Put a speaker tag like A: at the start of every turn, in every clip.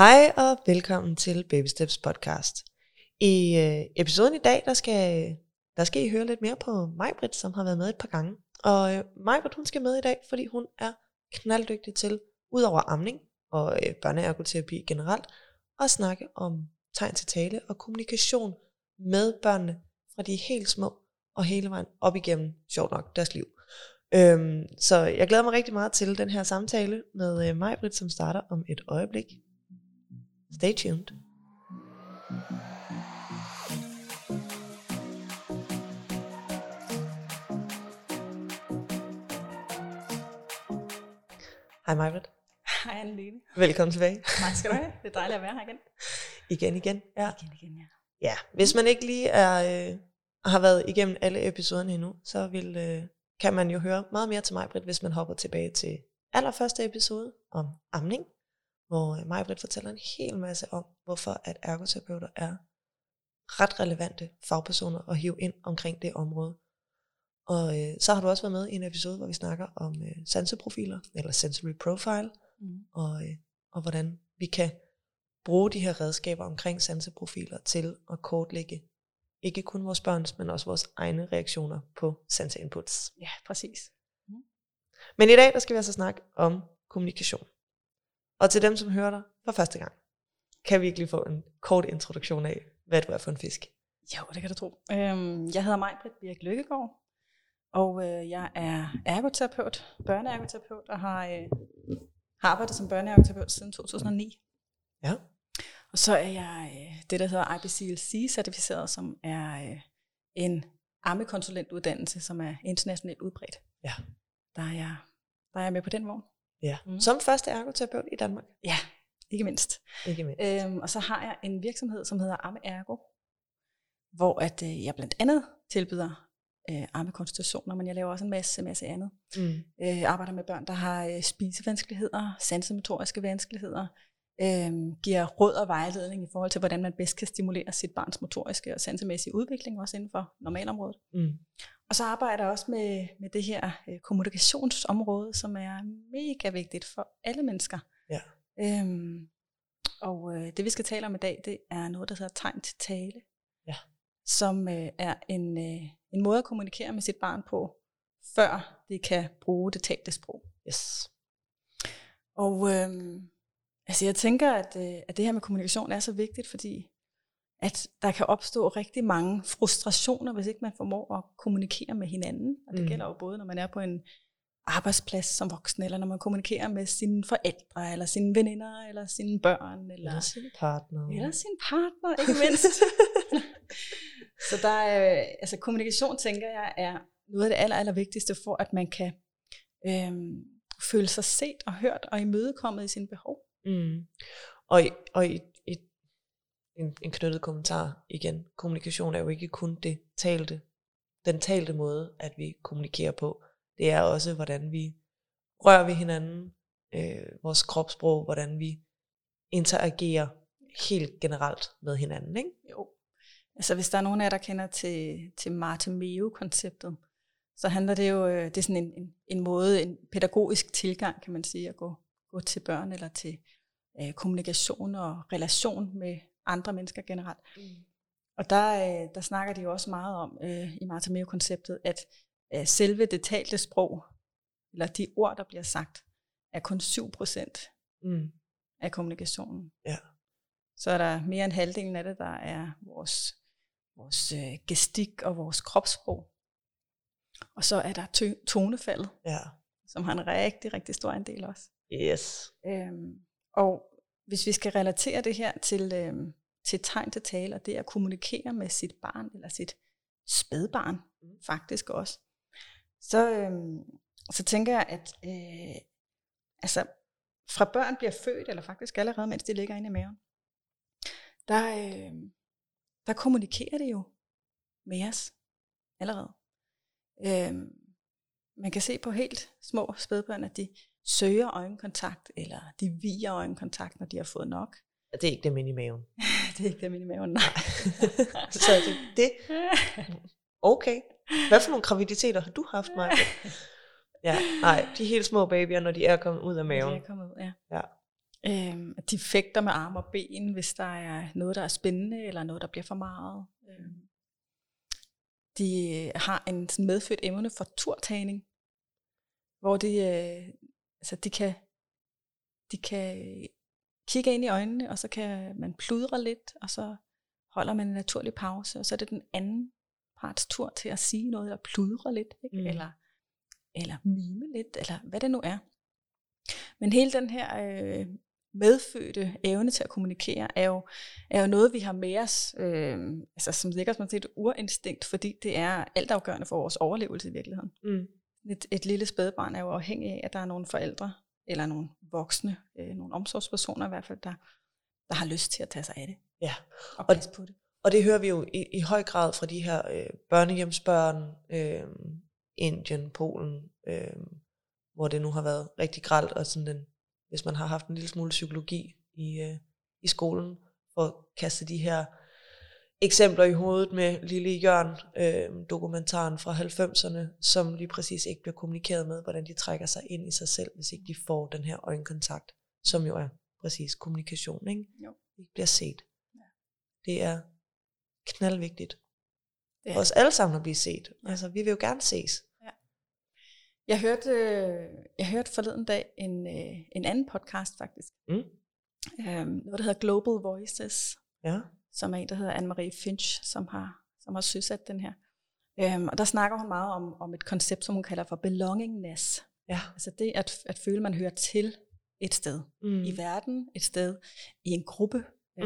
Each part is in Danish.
A: Hej og velkommen til Baby Steps podcast. I episoden i dag, der skal I høre lidt mere på Maj-Britt, som har været med et par gange. Og Maj-Britt, hun skal med i dag, fordi hun er knalddygtig til, udover amning og børneergoterapi generelt, at snakke om tegn til tale og kommunikation med børnene, fra de er helt små og hele vejen op igennem, sjovt nok, deres liv. Så jeg glæder mig rigtig meget til den her samtale med Maj-Britt, som starter om et øjeblik. Stay tuned. Hej Maj-Britt.
B: Hej Anne-Lene.
A: Velkommen tilbage.
B: Tak skal du have. Det er dejligt at være her igen.
A: Igen, ja.
B: Igen, ja.
A: Ja, hvis man ikke lige har været igennem alle episoderne endnu, så kan man jo høre meget mere til Maj-Britt, hvis man hopper tilbage til allerførste episode om amning, hvor Maj-Britt fortæller en hel masse om, hvorfor at ergoterapeuter er ret relevante fagpersoner at hive ind omkring det område. Og så har du også været med i en episode, hvor vi snakker om sanseprofiler, eller sensory profile, og hvordan vi kan bruge de her redskaber omkring sanseprofiler til at kortlægge ikke kun vores børns, men også vores egne reaktioner på sanseinputs.
B: Ja, præcis.
A: Men i dag, der skal vi altså snakke om kommunikation. Og til dem, som hører dig for første gang, kan vi ikke lige få en kort introduktion af, hvad du er for en fisk?
B: Jo, det kan du tro. Jeg hedder Maj-Britt Birk Lykkegaard, og jeg er ergoterapeut, børneergoterapeut, og har arbejdet som børneergoterapeut siden 2009.
A: Ja.
B: Og så er jeg det, der hedder IBCLC-certificeret, som er en ammekonsulentuddannelse, som er internationalt udbredt.
A: Ja.
B: Der er jeg med på den vogn.
A: Ja. Som første ergoterapeut i Danmark.
B: Ja, ikke mindst.
A: Ikke mindst.
B: Og så har jeg en virksomhed, som hedder Amme Ergo, hvor at jeg blandt andet tilbyder ammekonsultationer, men jeg laver også en masse andet. Arbejder med børn, der har spisevanskeligheder, sansemotoriske vanskeligheder, giver råd og vejledning i forhold til, hvordan man bedst kan stimulere sit barns motoriske og sansemæssige udvikling, også inden for normalområdet. Og så arbejder jeg også med det her kommunikationsområde, som er mega vigtigt for alle mennesker.
A: Ja.
B: Og det vi skal tale om i dag, det er noget, der hedder tegn til tale.
A: Ja.
B: Som er en måde at kommunikere med sit barn på, før det kan bruge det talte sprog.
A: Yes.
B: Og jeg tænker, at det her med kommunikation er så vigtigt, fordi at der kan opstå rigtig mange frustrationer, hvis ikke man formår at kommunikere med hinanden. Og det gælder jo både, når man er på en arbejdsplads som voksen, eller når man kommunikerer med sine forældre, eller sine veninder, eller sine børn, eller
A: sin partner.
B: Eller sin partner, ikke mindst. Så der er, kommunikation, tænker jeg, er noget af det aller vigtigste for, at man kan føle sig set og hørt og imødekommet i sine behov.
A: Og i en knyttet kommentar igen. Kommunikation er jo ikke kun den talte måde, at vi kommunikerer på. Det er også, hvordan vi rører ved hinanden, vores kropssprog, hvordan vi interagerer helt generelt med hinanden, ikke?
B: Jo. Altså hvis der er nogen af jer, der kender til Marte Meo-konceptet, så handler det jo, det er sådan en måde, en pædagogisk tilgang, kan man sige, at gå til børn, eller til kommunikation og relation med andre mennesker generelt. Og der snakker de jo også meget om, i Marte Meo-konceptet, at selve det talte sprog, eller de ord, der bliver sagt, er kun 7% af kommunikationen.
A: Ja.
B: Så er der mere end halvdelen af det, der er vores gestik og vores kropssprog. Og så er der tonefaldet, som har en rigtig, rigtig stor andel også.
A: Yes.
B: Og hvis vi skal relatere det her til tegn til tale, og det at kommunikere med sit barn, eller sit spædbarn, faktisk også, så tænker jeg, at fra børn bliver født, eller faktisk allerede, mens de ligger inde i maven, der kommunikerer det jo med os allerede. Man kan se på helt små spædbørn, at de søger øjenkontakt, eller de viger øjenkontakt, når de har fået nok.
A: Det er ikke dem inde i maven.
B: Det er ikke dem inde i maven, nej.
A: Så det. Okay. Hvad for nogle graviditeter har du haft, Maja? Ja, nej, de helt små babyer, når de er kommet ud af maven.
B: De er kommet ud, ja. De fægter med arme og ben, hvis der er noget, der er spændende, eller noget, der bliver for meget. De har en medfødt evne for turtagning, hvor de kan kigge ind i øjnene, og så kan man pludre lidt, og så holder man en naturlig pause, og så er det den anden parts tur til at sige noget, eller pludre lidt, ikke? Eller mime lidt, eller hvad det nu er. Men hele den her medfødte evne til at kommunikere, er jo noget, vi har med os, som ligger som et urinstinkt, fordi det er altafgørende for vores overlevelse i virkeligheden. Et lille spædbarn er jo afhængig af, at der er nogle forældre, eller nogle voksne, nogle omsorgspersoner i hvert fald, der har lyst til at tage sig af det.
A: Ja,
B: og passe på det.
A: Og det hører vi jo i høj grad fra de her børnehjemsbørn, Indien, Polen, hvor det nu har været rigtig grelt, og sådan hvis man har haft en lille smule psykologi i skolen, for at kaste de her eksempler i hovedet med Lille Jørn, dokumentaren fra 90'erne, som lige præcis ikke bliver kommunikeret med, hvordan de trækker sig ind i sig selv, hvis ikke de får den her øjenkontakt, som jo er præcis kommunikation, ikke?
B: Jo.
A: De bliver set.
B: Ja.
A: Det er knaldvigtigt. For os alle sammen at blive set.
B: Ja.
A: Altså, vi vil jo gerne ses.
B: Ja. Jeg hørte forleden dag en anden podcast faktisk. Noget, der hedder Global Voices.
A: Ja.
B: Som er en, der hedder Anne-Marie Finch, som har søsat den her. Og der snakker hun meget om et koncept, som hun kalder for belongingness.
A: Ja.
B: Altså det at føle, man hører til et sted i verden, et sted i en gruppe.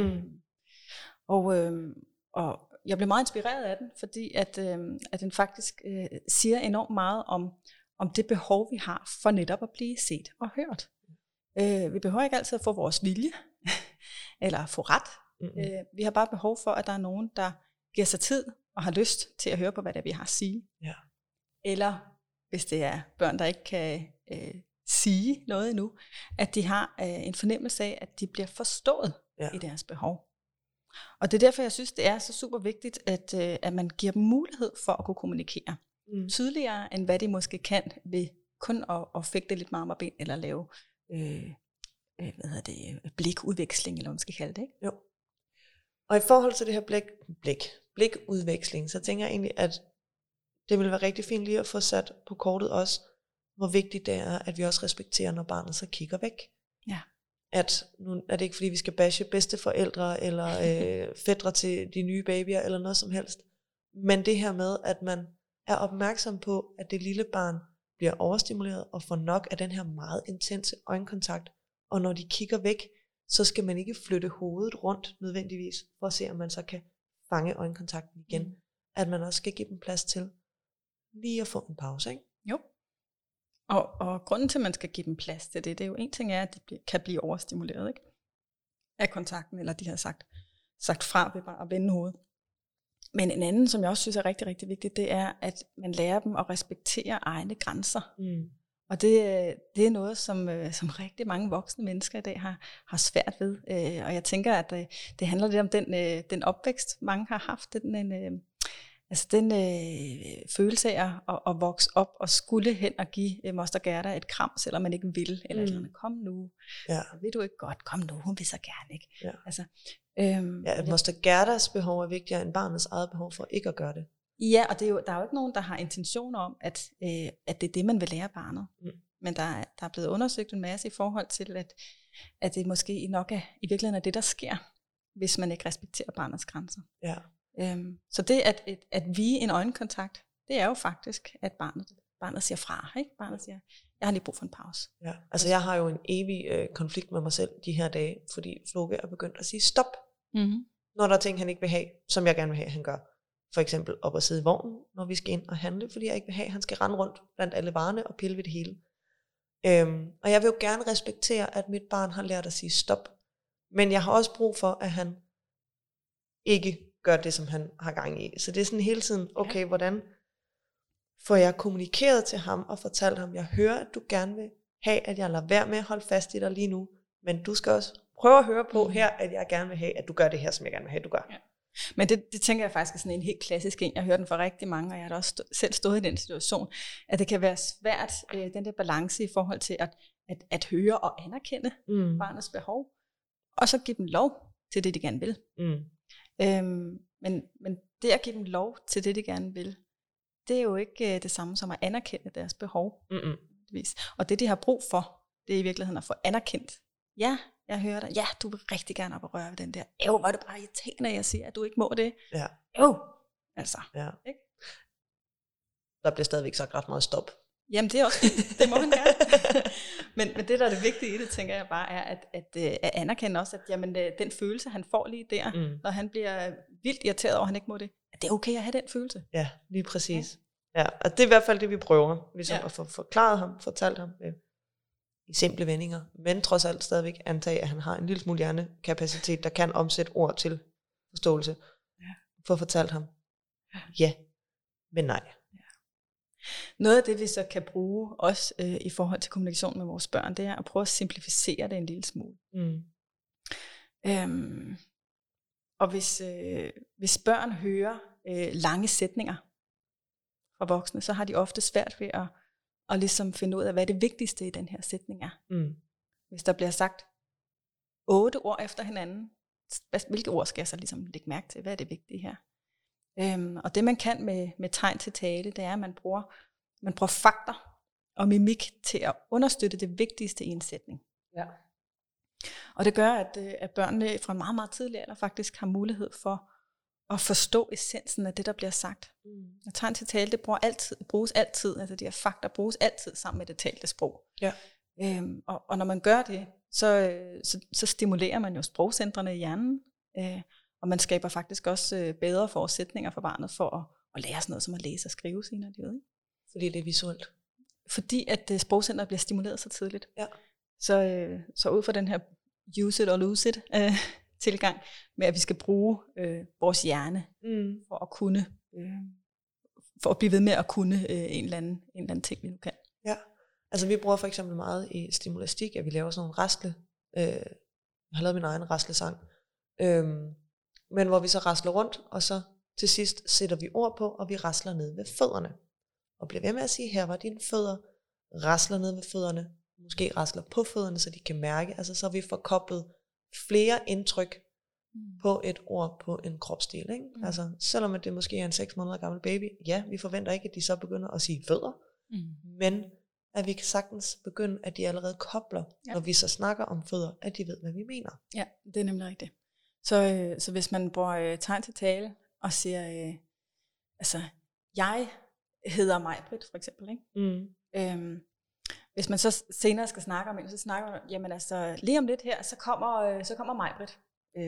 B: Og jeg blev meget inspireret af den, fordi at den faktisk siger enormt meget om det behov, vi har for netop at blive set og hørt. Vi behøver ikke altid at få vores vilje, eller få ret. Vi har bare behov for, at der er nogen, der giver sig tid og har lyst til at høre på, hvad det er, vi har at sige.
A: Ja.
B: Eller hvis det er børn, der ikke kan sige noget endnu, at de har en fornemmelse af, at de bliver forstået i deres behov. Og det er derfor, jeg synes, det er så super vigtigt, at man giver dem mulighed for at kunne kommunikere tydeligere, end hvad de måske kan ved kun at fægte lidt med arme og ben, eller lave blikudveksling, eller hvad man skal kalde det, ikke?
A: Jo. Og i forhold til det her blikudveksling, så tænker jeg egentlig, at det vil være rigtig fint lige at få sat på kortet også, hvor vigtigt det er, at vi også respekterer, når barnet så kigger væk.
B: Ja.
A: At nu er det ikke fordi, vi skal bashe bedsteforældre, eller fætre til de nye babyer, eller noget som helst. Men det her med, at man er opmærksom på, at det lille barn bliver overstimuleret, og får nok af den her meget intense øjenkontakt. Og når de kigger væk, så skal man ikke flytte hovedet rundt nødvendigvis, for at se, om man så kan fange øjenkontakten igen. At man også skal give dem plads til lige at få en pause, ikke?
B: Jo. Og grunden til, at man skal give dem plads til det er jo en ting er, at de kan blive overstimuleret, ikke? Af kontakten, eller de har sagt fra ved bare at vende hovedet. Men en anden, som jeg også synes er rigtig, rigtig vigtigt, det er, at man lærer dem at respektere egne grænser. Og det er noget, som rigtig mange voksne mennesker i dag har svært ved. Og jeg tænker, at det handler lidt om den opvækst, mange har haft. Den følelse af at vokse op og skulle hen og give moster Gerda et kram, selvom man ikke vil. Eller et eller andet, kom nu.
A: Ja.
B: Vil du ikke godt? Kom nu, hun vil så gerne, ikke?
A: Ja.
B: Altså,
A: at moster Gerdas behov er vigtigere end barnets eget behov for ikke at gøre det.
B: Ja, og der er jo ikke nogen, der har intentioner om, at det er det, man vil lære barnet. Men der er blevet undersøgt en masse i forhold til, at det måske nok er i virkeligheden er det, der sker, hvis man ikke respekterer barnets grænser.
A: Ja.
B: Så det at vige en øjenkontakt, det er jo faktisk, at barnet siger fra. Ikke? Barnet siger, jeg har lige brug for en pause.
A: Ja. Altså jeg har jo en evig konflikt med mig selv de her dage, fordi Floke er begyndt at sige stop, når der er ting, han ikke vil have, som jeg gerne vil have, han gør. For eksempel op og sidde i vognen, når vi skal ind og handle, fordi jeg ikke vil have, at han skal rende rundt blandt alle varerne og pille ved det hele. Og jeg vil jo gerne respektere, at mit barn har lært at sige stop. Men jeg har også brug for, at han ikke gør det, som han har gang i. Så det er sådan hele tiden, okay, hvordan får jeg kommunikeret til ham og fortalt ham, jeg hører, at du gerne vil have, at jeg lader være med at holde fast i dig lige nu, men du skal også prøve at høre på her, at jeg gerne vil have, at du gør det her, som jeg gerne vil have, at du gør.
B: Ja. Men det tænker jeg faktisk er sådan en helt klassisk en. Jeg hører den fra rigtig mange, og jeg har da også selv stået i den situation, at det kan være svært, den der balance i forhold til at høre og anerkende barnets behov, og så give dem lov til det, de gerne vil. Men det at give dem lov til det, de gerne vil, det er jo ikke det samme som at anerkende deres behov. Og det, de har brug for, det er i virkeligheden at få anerkendt. Ja, jeg hører dig. Ja, du vil rigtig gerne op og røre ved den der. Hvor er det bare irriterende, at jeg siger, at du ikke må det.
A: Ja.
B: Altså.
A: Ja.
B: Ikke?
A: Der bliver stadigvæk sagt ret meget stop.
B: Jamen det er også det må man gerne. men det, der er det vigtige i det, tænker jeg bare, er at anerkende også, at jamen, den følelse, han får lige der, når han bliver vildt irriteret over, at han ikke må det, at det er okay at have den følelse.
A: Ja, lige præcis. Ja, og det er i hvert fald det, vi prøver, ligesom at få forklaret ham, fortalt ham i simple vendinger, men trods alt stadigvæk antage, at han har en lille smule hjernekapacitet, der kan omsætte ord til forståelse. Få fortalt ham, ja, men nej.
B: Noget af det, vi så kan bruge også i forhold til kommunikation med vores børn, det er at prøve at simplificere det en lille smule. Og hvis børn hører lange sætninger fra voksne, så har de ofte svært ved at ligesom finde ud af, hvad det vigtigste i den her sætning er. Hvis der bliver sagt 8 ord efter hinanden, hvilke ord skal jeg så ligesom lægge mærke til? Hvad er det vigtige her? Og det man kan med tegn til tale, det er, at man bruger fakter og mimik til at understøtte det vigtigste i en sætning.
A: Ja.
B: Og det gør, at børnene fra meget, meget tidlig alder faktisk har mulighed for at forstå essensen af det, der bliver sagt. Og tegn til tale, det bruges altid, altså de her fakter bruges altid sammen med det talte sprog.
A: Ja.
B: Og når man gør det, så stimulerer man jo sprogcentrene i hjernen, og man skaber faktisk også bedre forudsætninger for barnet for at lære sådan noget som at læse og skrive senere i livet.
A: Fordi det er visuelt.
B: Fordi at sprogcentret bliver stimuleret så tidligt.
A: Ja.
B: Så ud fra den her use it or lose it tilgang, med at vi skal bruge vores hjerne for at kunne, for at blive ved med at kunne en eller anden ting, vi nu kan.
A: Ja, altså vi bruger for eksempel meget i stimulastik, at vi laver sådan nogle rasle. Jeg har lavet min egen raslesang. Men hvor vi så rasler rundt, og så til sidst sætter vi ord på, og vi rasler ned ved fødderne. Og bliver ved med at sige, her var dine fødder, rasler ned ved fødderne, måske rasler på fødderne, så de kan mærke, altså så har vi forkoblet flere indtryk på et ord på en kropsdel. Ikke? Altså selvom det måske er en 6 måneder gammel baby, ja, vi forventer ikke, at de så begynder at sige fødder, men at vi kan sagtens begynde, at de allerede kobler, når vi så snakker om fødder, at de ved, hvad vi mener.
B: Ja, det er nemlig rigtigt. Så hvis man bruger tegn til tale og siger, altså, jeg hedder Maj-Britt for eksempel, ikke? Hvis man så senere skal snakke om en, så snakker man, jamen altså, lige om lidt her, så kommer Maj-Britt.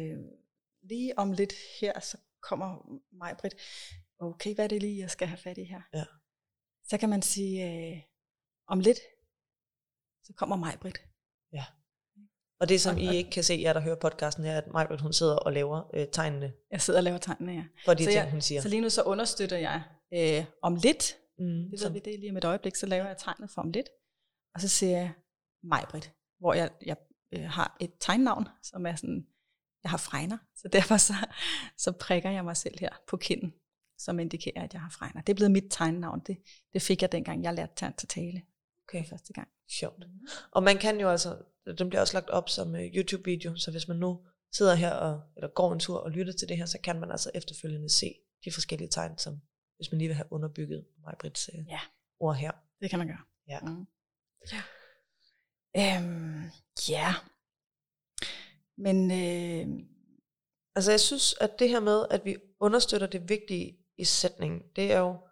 B: Lige om lidt her, så kommer Maj-Britt. Okay, hvad er det lige, jeg skal have fat i her?
A: Ja.
B: Så kan man sige, om lidt, så kommer Maj-Britt.
A: Ja. Og det som I ikke kan se, jer der hører podcasten her, at Maj-Britt, hun sidder og laver tegnene.
B: Jeg sidder og laver tegnene, ja.
A: For de ting, hun siger.
B: Så lige nu så understøtter jeg om lidt. Det ved vi, det er lige om et øjeblik, så laver jeg tegnet for om lidt. Og så siger jeg Maj-Britt, hvor jeg har et tegnnavn, som er sådan, jeg har fregner. Så derfor så prikker jeg mig selv her på kinden, som indikerer, at jeg har fregner. Det er blevet mit tegnnavn. Det fik jeg dengang, jeg lærte tegn til tale.
A: Okay.
B: Første gang.
A: Sjovt. Og man kan jo altså, den bliver også lagt op som YouTube-video, så hvis man nu sidder her eller går en tur og lytter til det her, så kan man altså efterfølgende se de forskellige tegn, som hvis man lige vil have underbygget Maj-Britts ord her.
B: Det kan man gøre.
A: Ja.
B: Ja. Men
A: altså jeg synes, at det her med, at vi understøtter det vigtige i sætningen, det er jo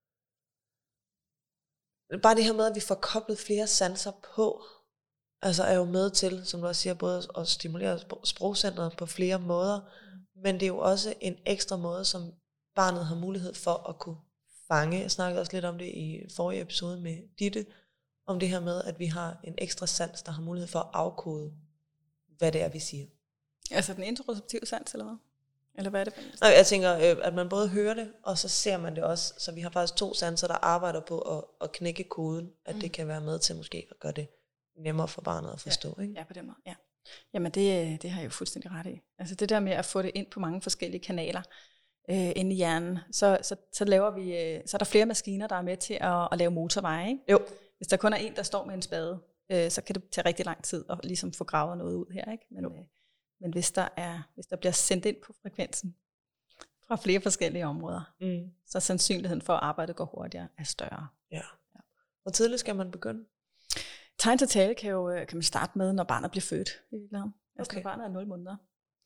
A: bare det her med, at vi får koblet flere sanser på, altså er jo med til, som du også siger, både at stimulere sprogcentret på flere måder, men det er jo også en ekstra måde, som barnet har mulighed for at kunne fange. Jeg snakkede også lidt om det i forrige episode med Ditte, om det her med, at vi har en ekstra sans, der har mulighed for at afkode, hvad det er, vi siger.
B: Altså den interoceptive sans, eller hvad? Eller hvad er det?
A: Nej, jeg tænker, at man både hører det, og så ser man det også. Så vi har faktisk 2 sanser, der arbejder på at knække koden, at det kan være med til måske at gøre det nemmere for barnet at forstå. Ikke?
B: Ja, på den måde. Ja. Jamen det har jeg jo fuldstændig ret i. Altså det der med at få det ind på mange forskellige kanaler inde i hjernen, så laver vi, så er der flere maskiner, der er med til at lave motorveje. Ikke?
A: Jo.
B: Hvis der kun er en, der står med en spade, så kan det tage rigtig lang tid at ligesom få gravet noget ud her, ikke? Men hvis der bliver sendt ind på frekvensen fra flere forskellige områder, så sandsynligheden for, at arbejdet går hurtigere, er større.
A: Ja. Hvor tidligt skal man begynde?
B: Tegn til tale kan man starte med, når barnet bliver født. Altså når barnet er 0 måneder.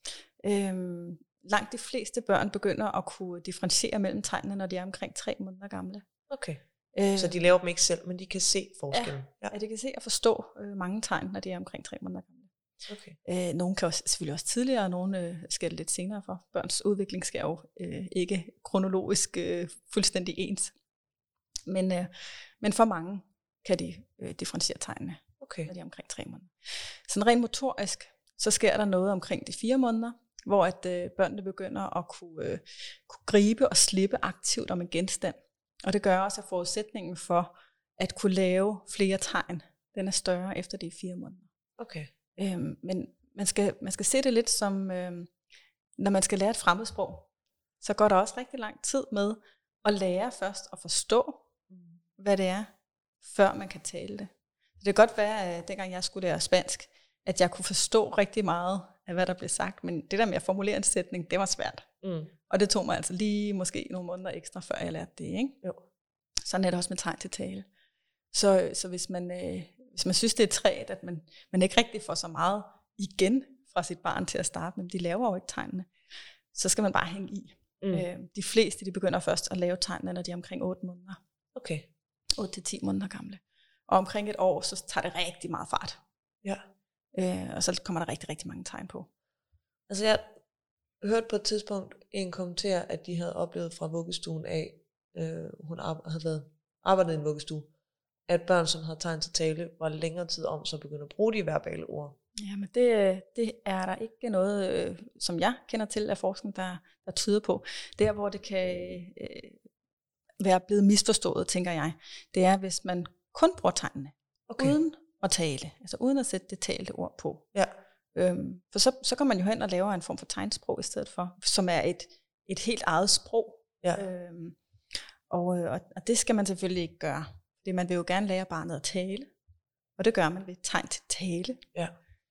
B: Langt de fleste børn begynder at kunne differentiere mellem tegnene, når de er omkring 3 måneder gamle.
A: Okay. Så de laver dem ikke selv, men de kan se forskellen?
B: Ja, de kan se og forstå mange tegn, når de er omkring 3 måneder gamle. Okay. Nogle kan selvfølgelig også tidligere, og nogle skal lidt senere for. Børns udvikling skal jo ikke kronologisk fuldstændig ens. Men for mange kan de differentiere tegnene, når de er omkring 3 måneder. Sådan rent motorisk, så sker der noget omkring de 4 måneder, hvor at børnene begynder at kunne gribe og slippe aktivt om en genstand. Og det gør også, at forudsætningen for at kunne lave flere tegn, den er større efter de 4 måneder.
A: Okay.
B: Men man skal se det lidt som, når man skal lære et fremmedsprog, så går der også rigtig lang tid med at lære først at forstå, hvad det er, før man kan tale det. Det kan godt være, at dengang jeg skulle lære spansk, at jeg kunne forstå rigtig meget af, hvad der blev sagt, men det der med at formulere en sætning, det var svært. Og det tog mig altså lige måske nogle måneder ekstra, før jeg lærte det, ikke?
A: Jo.
B: Sådan er det også med tegn til tale. Så hvis man synes, det er træt, at man ikke rigtig får så meget igen fra sit barn til at starte, men de laver jo ikke tegnene, så skal man bare hænge i. De fleste, de begynder først at lave tegnene, når de er omkring 8 måneder.
A: Okay.
B: 8-10 måneder gamle. Og omkring et år, så tager det rigtig meget fart.
A: Ja.
B: Og så kommer der rigtig, rigtig mange tegn på.
A: Altså jeg hørte på et tidspunkt en kommentar, at de havde oplevet fra vuggestuen af, hun havde været arbejdet i en vuggestue, at børn, som havde tegn til tale, var længere tid om, så begyndte at bruge de verbale ord.
B: Jamen det er der ikke noget, som jeg kender til af forskning, der tyder på. Der, hvor det kan være blevet misforstået, tænker jeg, det er, hvis man kun bruger tegnene, uden at tale, altså uden at sætte det talte ord på.
A: Ja.
B: For så kan man jo hen og lave en form for tegnsprog i stedet for, som er et helt eget sprog.
A: Ja.
B: Og det skal man selvfølgelig ikke gøre. Fordi man vil jo gerne lære barnet at tale, og det gør man ved tegn til tale.
A: Ja.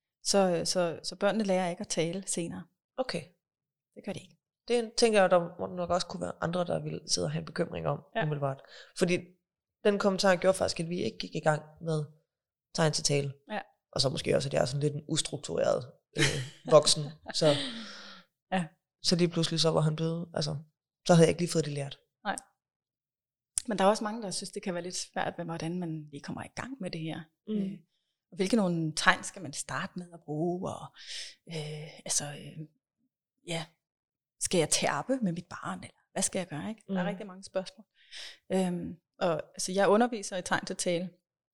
B: Så børnene lærer ikke at tale senere.
A: Okay.
B: Det gør de ikke.
A: Det tænker jeg, der nok også kunne være andre, der ville sidde og have en bekymring om, umiddelbart. Fordi den kommentar gjorde faktisk, at vi ikke gik i gang med tegn til tale.
B: Ja.
A: Og så måske også, at jeg er sådan lidt en ustruktureret voksen. Så lige pludselig så var han blevet, altså, så havde jeg ikke lige fået det lært.
B: Nej. Men der er også mange, der synes, det kan være lidt svært med, hvordan man lige kommer i gang med det her. Og hvilke nogle tegn skal man starte med at bruge? Og, skal jeg terpe med mit barn? Eller hvad skal jeg gøre? Ikke? Der er rigtig mange spørgsmål. Og jeg underviser i tegn til tale,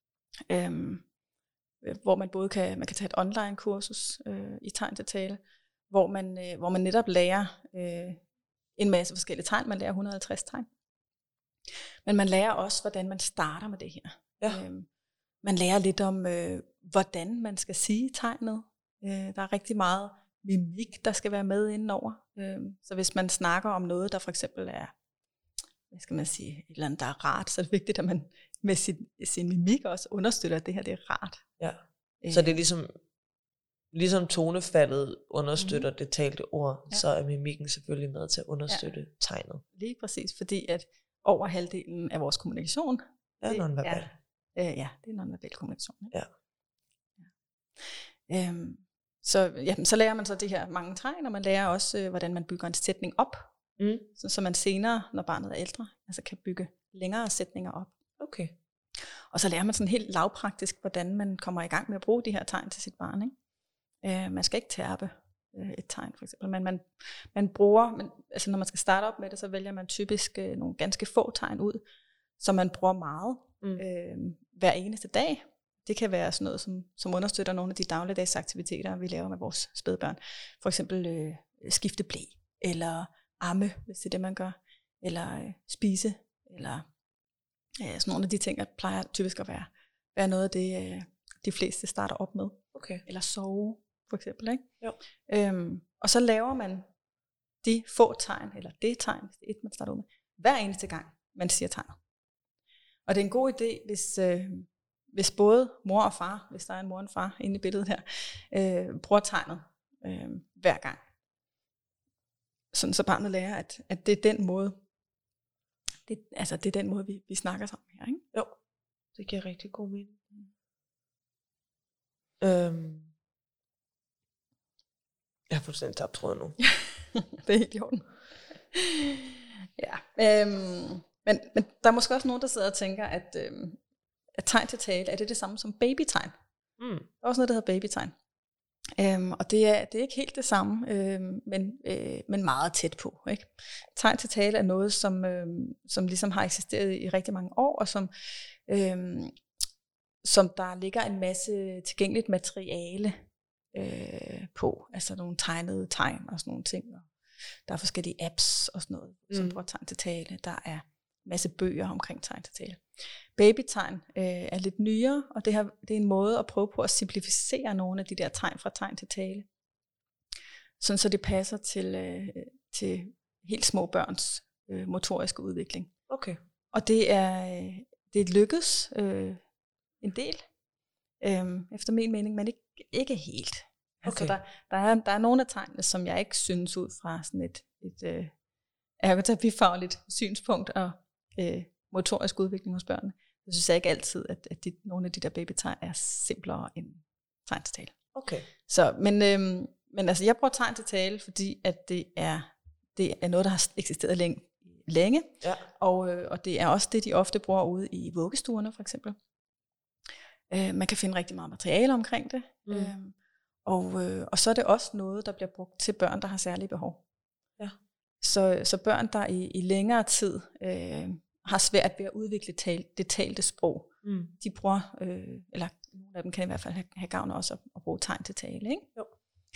B: hvor man både kan tage et online kursus i tegn til tale, hvor man netop lærer en masse forskellige tegn. Man lærer 150 tegn. Men man lærer også, hvordan man starter med det her. Ja. Man lærer lidt om, hvordan man skal sige tegnet. Der er rigtig meget mimik, der skal være med indenover. Så hvis man snakker om noget, der for eksempel er, hvad skal man sige, et eller andet, der er rart, så er det vigtigt, at man med sin mimik også understøtter, at det her det er rart.
A: Ja. Så det er ligesom tonefaldet understøtter det talte ord, så er mimikken selvfølgelig med til at understøtte tegnet.
B: Lige præcis, fordi at over halvdelen af vores kommunikation
A: er nonverbal.
B: Det er nonverbal kommunikation.
A: Ja.
B: Så lærer man så de her mange tegn, og man lærer også, hvordan man bygger en sætning op, så man senere, når barnet er ældre, altså kan bygge længere sætninger op.
A: Okay.
B: Og så lærer man sådan helt lavpraktisk, hvordan man kommer i gang med at bruge de her tegn til sit barn. Ikke? Man skal ikke terpe et tegn, for eksempel. Men man bruger, altså når man skal starte op med det, så vælger man typisk nogle ganske få tegn ud, som man bruger meget hver eneste dag. Det kan være sådan noget, som understøtter nogle af de dagligdags aktiviteter, vi laver med vores spædbørn. For eksempel skifte ble, eller amme, hvis det er det, man gør, eller spise, eller sådan nogle af de ting, der plejer typisk at være noget af det, de fleste starter op med.
A: Okay.
B: Eller sove, for eksempel. Ikke?
A: Jo.
B: Og så laver man de få tegn, eller det tegn, hvis det er et, man starter ud med, hver eneste gang, man siger tegnet. Og det er en god idé, hvis både mor og far, hvis der er en mor og en far inde i billedet her, bruger tegnet hver gang, sådan så barnet lærer, at det er den måde, det er den måde, vi snakker sammen her, ikke?
A: Jo, det giver rigtig god mening. Jeg har fuldstændig tabt tråden nu.
B: Det er helt i orden. Ja, men der er måske også nogen, der sidder og tænker, at tegn til tale, er det samme som babytegn? Der er også noget, der hedder babytegn. Og det er ikke helt det samme, men meget tæt på, ikke? Tegn til tale er noget, som ligesom har eksisteret i rigtig mange år, og som der ligger en masse tilgængeligt materiale på, altså nogle tegnede tegn og sådan nogle ting. Og der er forskellige apps og sådan noget, som bruger tegn til tale. Der er en masse bøger omkring tegn til tale. Babytegn er lidt nyere, og det er en måde at prøve på at simplificere nogle af de der tegn fra tegn til tale, sådan så det passer til helt små børns motoriske udvikling.
A: Okay. Og
B: det lykkes en del, efter min mening, men ikke helt. Okay. Altså der er nogle af tegnene, som jeg ikke synes ud fra sådan et ergoterapifagligt synspunkt og motorisk udvikling hos børnene. Jeg synes ikke altid, at nogle af de der babytegn er simplere end tegn til tale.
A: Okay.
B: Så, men altså, jeg bruger tegn til tale, fordi at det er noget, der har eksisteret længe.
A: Ja.
B: Og det er også det, de ofte bruger ude i vuggestuerne, for eksempel. Man kan finde rigtig meget materiale omkring det. Og så er det også noget, der bliver brugt til børn, der har særlige behov.
A: Ja.
B: Så børn, der i længere tid har svært ved at udvikle det talte sprog, de bruger, eller nogle af dem kan i hvert fald have gavn også at bruge tegn til tale, ikke?
A: Jo.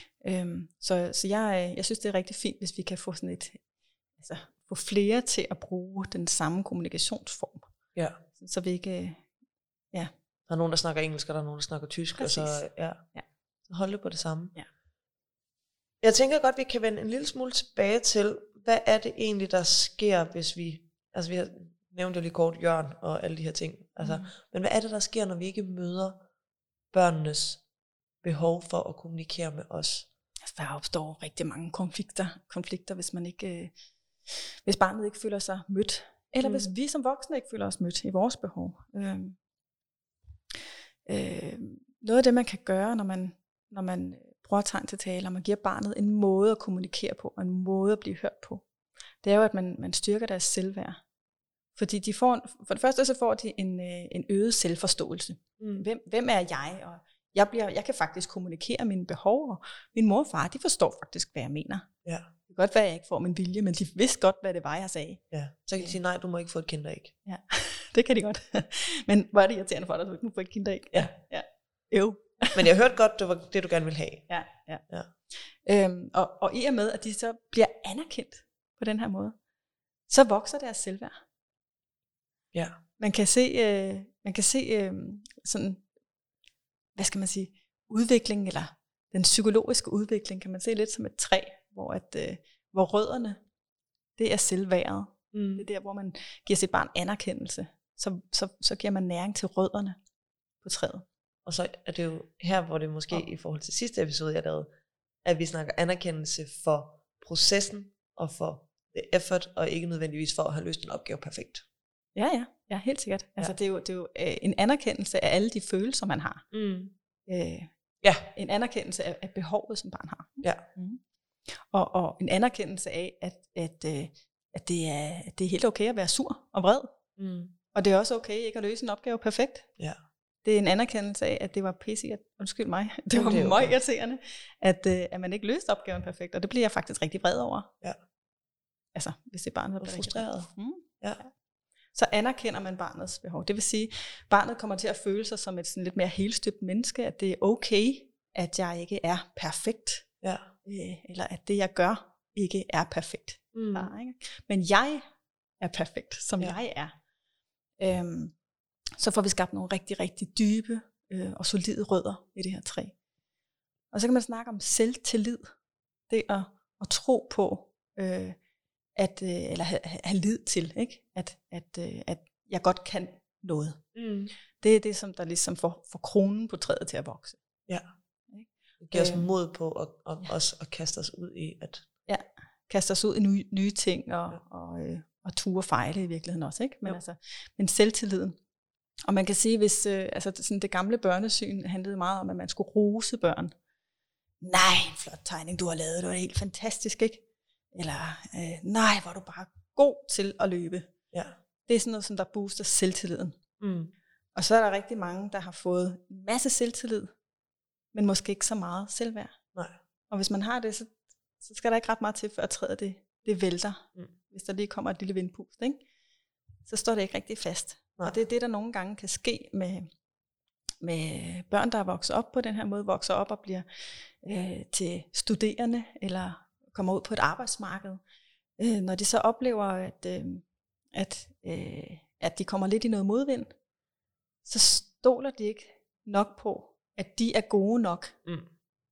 B: Så jeg synes, det er rigtig fint, hvis vi kan få sådan få flere til at bruge den samme kommunikationsform.
A: Ja.
B: Så vi ikke,
A: Der er nogen, der snakker engelsk, og der er nogen, der snakker tysk. Præcis. Og så holde på det samme.
B: Ja.
A: Jeg tænker godt, vi kan vende en lille smule tilbage til, hvad er det egentlig, der sker, hvis vi har nævnt jo lige kort Jørgen og alle de her ting. Men hvad er det, der sker, når vi ikke møder børnenes behov for at kommunikere med os?
B: Altså, der opstår rigtig mange konflikter, hvis barnet ikke føler sig mødt, eller hvis vi som voksne ikke føler os mødt i vores behov. Noget af det, man kan gøre, når man bruger tegn til tale, og man giver barnet en måde at kommunikere på, og en måde at blive hørt på, det er jo, at man styrker deres selvværd. Fordi for det første så får de en øget selvforståelse. Hvem er jeg? Og jeg kan faktisk kommunikere mine behov, og min mor og far, de forstår faktisk, hvad jeg mener.
A: Ja.
B: Det kan godt være, at jeg ikke får min vilje, men de vidste godt, hvad det var, jeg sagde.
A: Ja. Så kan de sige, nej, du må ikke få et kinderæg.
B: Ja, det kan de godt. Men hvor er det irriterende for dig, at du ikke må få et kinderæg?
A: Ja. Men jeg hørte godt, det var det, du gerne ville have.
B: Ja. Og i og med, at de så bliver anerkendt på den her måde, så vokser deres selvværd.
A: Ja.
B: Man kan se sådan, hvad skal man sige, udviklingen, eller den psykologiske udvikling, kan man se lidt som et træ, hvor rødderne, det er selvværdet. Det er der, hvor man giver sit barn anerkendelse. Så giver man næring til rødderne på træet.
A: Og så er det jo her, hvor det måske i forhold til sidste episode, jeg lavede, at vi snakker anerkendelse for processen og for effort, og ikke nødvendigvis for at have løst en opgave perfekt.
B: Ja, helt sikkert. Altså, det er jo en anerkendelse af alle de følelser, man har. En anerkendelse af behovet, som barn har.
A: Ja.
B: Og en anerkendelse af, at det er helt okay at være sur og vred. Og det er også okay ikke at løse en opgave perfekt.
A: Ja.
B: Det er en anerkendelse af, at det var undskyld mig, det var meget irriterende, at man ikke løste opgaven perfekt, og det bliver jeg faktisk rigtig vred over.
A: Ja.
B: Altså, hvis det er barnet, der bliver
A: frustreret.
B: Ja. Så anerkender man barnets behov. Det vil sige, at barnet kommer til at føle sig som et sådan lidt mere helstøbt menneske, at det er okay, at jeg ikke er perfekt.
A: Ja.
B: Eller at det, jeg gør, ikke er perfekt. Bare, ikke? Men jeg er perfekt, som jeg er. Så får vi skabt nogle rigtig, rigtig dybe og solide rødder i det her træ. Og så kan man snakke om selvtillid. Det at tro på, eller have lid til, ikke? At jeg godt kan noget.
A: Mm.
B: Det er det, som der ligesom får kronen på træet til at vokse.
A: Ja. Det giver os mod på at kaste os ud i at...
B: Ja, kaste os ud i nye ting og ture fejle i virkeligheden også, ikke? Men selvtilliden. Og man kan sige, hvis sådan det gamle børnesyn handlede meget om, at man skulle rose børn. Nej, en flot tegning, du har lavet, det var helt fantastisk, ikke? Eller, nej, hvor er du bare god til at løbe.
A: Ja.
B: Det er sådan noget, som der booster selvtilliden.
A: Mm.
B: Og så er der rigtig mange, der har fået en masse selvtillid, men måske ikke så meget selvværd.
A: Nej. Og
B: hvis man har det, så skal der ikke ret meget til, før træet det vælter. Mm. Hvis der lige kommer et lille vindpust, ikke? Så står det ikke rigtig fast. Nej. Og det er det, der nogle gange kan ske med børn, der er vokset op på den her måde, vokser op og bliver til studerende, eller kommer ud på et arbejdsmarked. Når de så oplever, at de kommer lidt i noget modvind, så stoler de ikke nok på, at de er gode nok. Mm.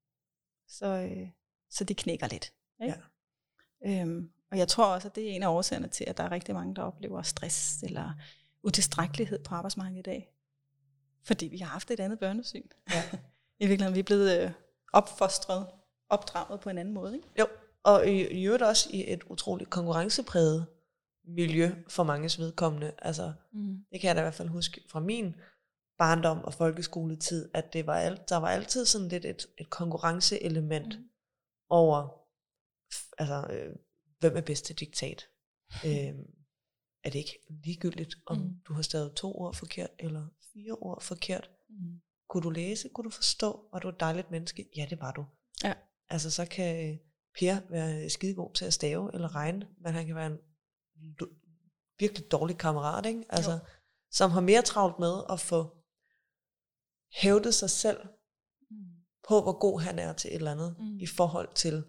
B: Så de knækker lidt. Ikke? Ja. Og jeg tror også, at det er en af årsagerne til, at der er rigtig mange, der oplever stress eller utilstrækkelighed på arbejdsmarkedet i dag. Fordi vi har haft et andet børnesyn. Ja. I virkeligheden vi er blevet opdraget på en anden måde. Ikke?
A: Jo, og i øvrigt også i et utroligt konkurrencepræget miljø for manges vedkommende. Altså, det kan jeg da i hvert fald huske fra min barndom og folkeskoletid, at der var altid sådan lidt et konkurrenceelement over, hvem er bedst til diktat. Er det ikke ligegyldigt, om du har stavet 2 ord forkert, eller 4 ord forkert? Kunne du læse? Kunne du forstå? Var du et dejligt menneske? Ja, det var du. Ja. Altså, så kan Per være skidegod til at stave eller regne, men han kan være en virkelig dårlig kammerat, ikke? Altså, som har mere travlt med at få hævdet sig selv på, hvor god han er til et eller andet, i forhold til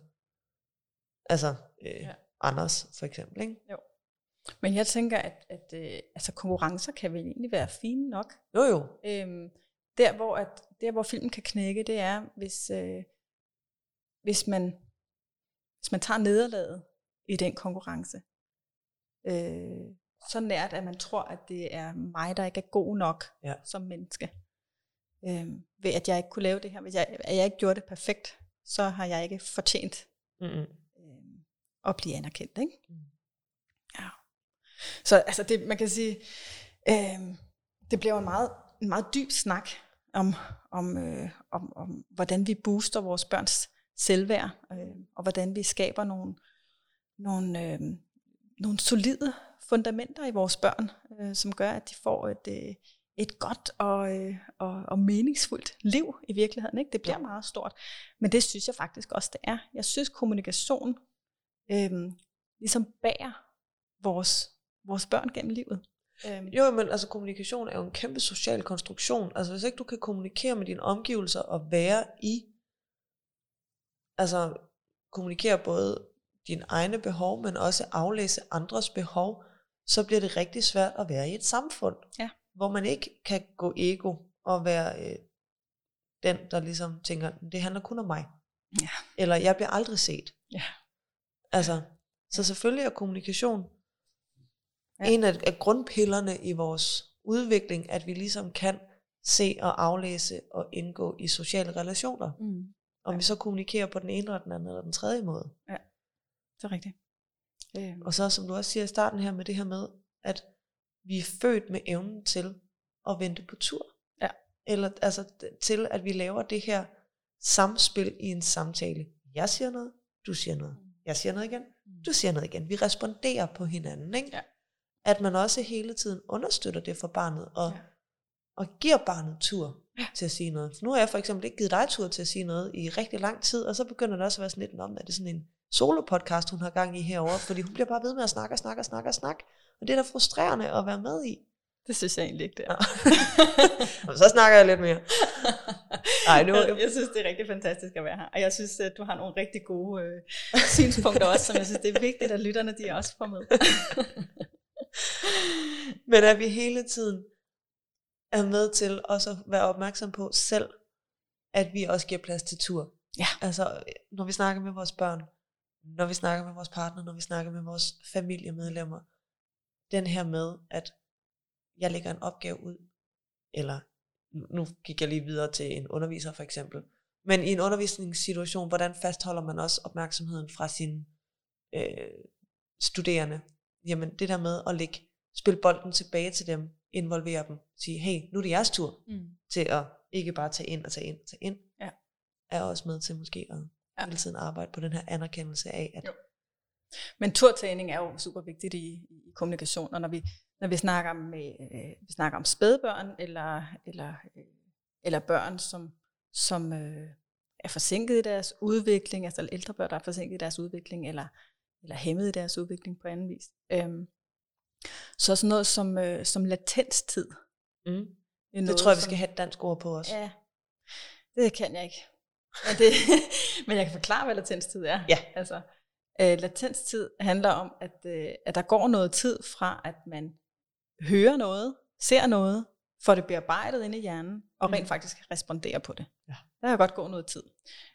A: Anders, for eksempel, ikke? Jo.
B: Men jeg tænker, at konkurrencer kan vel egentlig være fine nok.
A: Jo.
B: Der hvor filmen kan knække, det er, hvis man tager nederlaget i den konkurrence, så nært, at man tror, at det er mig, der ikke er god nok som menneske. Ved at jeg ikke kunne lave det her, at jeg ikke gjorde det perfekt, så har jeg ikke fortjent at blive anerkendt, ikke? Ja. Så det, man kan sige, det bliver en meget dyb snak om hvordan vi booster vores børns selvværd, og hvordan vi skaber nogle solide fundamenter i vores børn, som gør, at de får et godt og meningsfuldt liv i virkeligheden. Ikke? Det bliver meget stort, men det synes jeg faktisk også, det er. Jeg synes, kommunikation ligesom bærer vores børn gennem livet.
A: Jo, men altså kommunikation er jo en kæmpe social konstruktion. Altså hvis ikke du kan kommunikere med dine omgivelser og være kommunikere både dine egne behov, men også aflæse andres behov, så bliver det rigtig svært at være i et samfund, hvor man ikke kan gå ego og være den, der ligesom tænker, det handler kun om mig. Ja. Eller jeg bliver aldrig set. Ja. Altså, så selvfølgelig er kommunikation en af grundpillerne i vores udvikling, at vi ligesom kan se og aflæse og indgå i sociale relationer. Om vi så kommunikerer på den ene eller den anden eller den tredje måde.
B: Ja, det er rigtigt.
A: Og så som du også siger i starten her med det her med, at vi er født med evnen til at vente på tur. Ja. Eller altså til at vi laver det her samspil i en samtale. Jeg siger noget, du siger noget. Jeg siger noget igen, du siger noget igen. Vi responderer på hinanden, ikke? Ja. At man også hele tiden understøtter det for barnet, og giver barnet tur til at sige noget. For nu har jeg for eksempel ikke givet dig tur til at sige noget i rigtig lang tid, og så begynder det også at være sådan lidt om, at det er sådan en solo-podcast, hun har gang i herovre, fordi hun bliver bare ved med at snakke. Og det er da frustrerende at være med i.
B: Det synes jeg egentlig ikke, det er.
A: Og så snakker jeg lidt mere.
B: Jeg synes, det er rigtig fantastisk at være her. Og jeg synes, at du har nogle rigtig gode synspunkter også, som jeg synes, det er vigtigt, at lytterne de også får med.
A: Men at vi hele tiden er med til også at være opmærksom på selv, at vi også giver plads til tur. Ja. Altså, når vi snakker med vores børn, når vi snakker med vores partner, når vi snakker med vores familiemedlemmer, den her med, at jeg lægger en opgave ud, eller nu gik jeg lige videre til en underviser for eksempel, men i en undervisningssituation, hvordan fastholder man også opmærksomheden fra sine studerende? Jamen det der med at spille bolden tilbage til dem, involvere dem, sige, hey, nu er det jeres tur til at ikke bare tage ind, er også med til måske at hele tiden arbejde på den her anerkendelse af, at
B: men turtagning er jo super vigtigt i kommunikation, og når vi snakker om spædbørn eller børn, som er forsinket i deres udvikling, altså ældre børn, der er forsinket i deres udvikling, eller hæmmet i deres udvikling på anden vis. Så sådan noget som latenstid.
A: Det tror jeg, vi skal have et dansk ord på også.
B: Ja, det kan jeg ikke. Men jeg kan forklare, hvad latenstid er.
A: Ja.
B: Altså, latenstid handler om, at der går noget tid fra, at man hører noget, ser noget, får det bearbejdet inde i hjernen, og rent faktisk responderer på det. Ja. Der kan godt gå noget tid.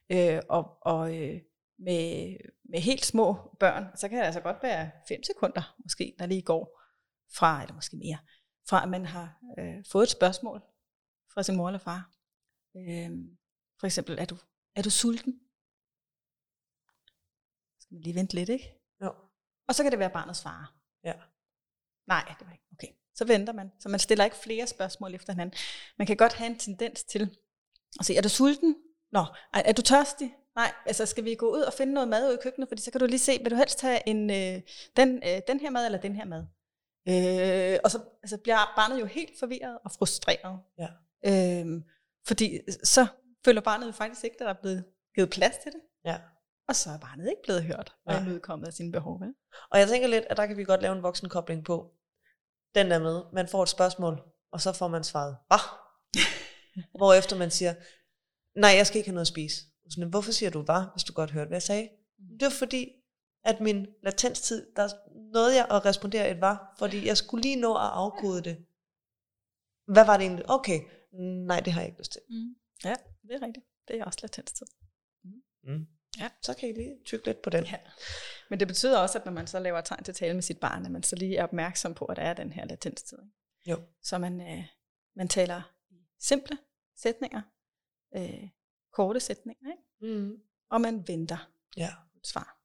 B: Med helt små børn, så kan det altså godt være 5 sekunder, måske, der lige går fra, eller måske mere, fra at man har fået et spørgsmål fra sin mor eller far. For eksempel, er du sulten? Skal man lige vente lidt, ikke?
A: Jo.
B: Og så kan det være barnets far.
A: Ja.
B: Nej, det var ikke. Okay. Så venter man. Så man stiller ikke flere spørgsmål efter hinanden. Man kan godt have en tendens til at sige, er du sulten? Nå, er du tørstig? Nej, altså skal vi gå ud og finde noget mad ude i køkkenet, fordi så kan du lige se, vil du helst have den her mad eller den her mad? Og så bliver barnet jo helt forvirret og frustreret.
A: Ja.
B: Fordi så føler barnet jo faktisk ikke, at der er blevet givet plads til det.
A: Ja.
B: Og så er barnet ikke blevet hørt og imødekommet af sine behov. Ja?
A: Og jeg tænker lidt, at der kan vi godt lave en voksenkobling på. Den der med, man får et spørgsmål, og så får man svaret, hvorefter man siger, nej, jeg skal ikke have noget at spise. Sådan, hvorfor siger du hvis du godt hørte, hvad jeg sagde? Det var fordi, at min latenstid, der nåede jeg at respondere et fordi jeg skulle lige nå at afkode det. Hvad var det egentlig? Okay, nej, det har jeg ikke lyst til.
B: Ja, det er rigtigt. Det er også latenstid.
A: Ja, så kan I lige tykke lidt på den.
B: Ja. Men det betyder også, at når man så laver tegn til tale med sit barn, at man så lige er opmærksom på, at der er den her latenstid.
A: Jo.
B: Så man taler simple sætninger, korte sætninger, ikke? Og man venter et svar.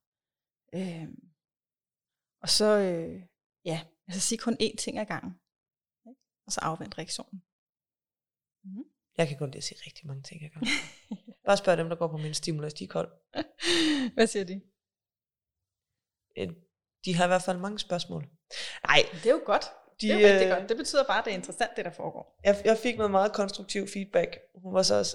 B: Og så sige kun én ting ad gangen, ikke? Og så afvente reaktionen.
A: Jeg kan godt lide at sige rigtig mange ting ad gangen. Bare spørg dem, der går på min stimulus, de er kold.
B: Hvad siger de?
A: De har i hvert fald mange spørgsmål. Nej,
B: det er jo godt. Det er rigtig godt. Det betyder bare, at det er interessant, det der foregår.
A: Jeg fik noget meget konstruktiv feedback. Hun var så også,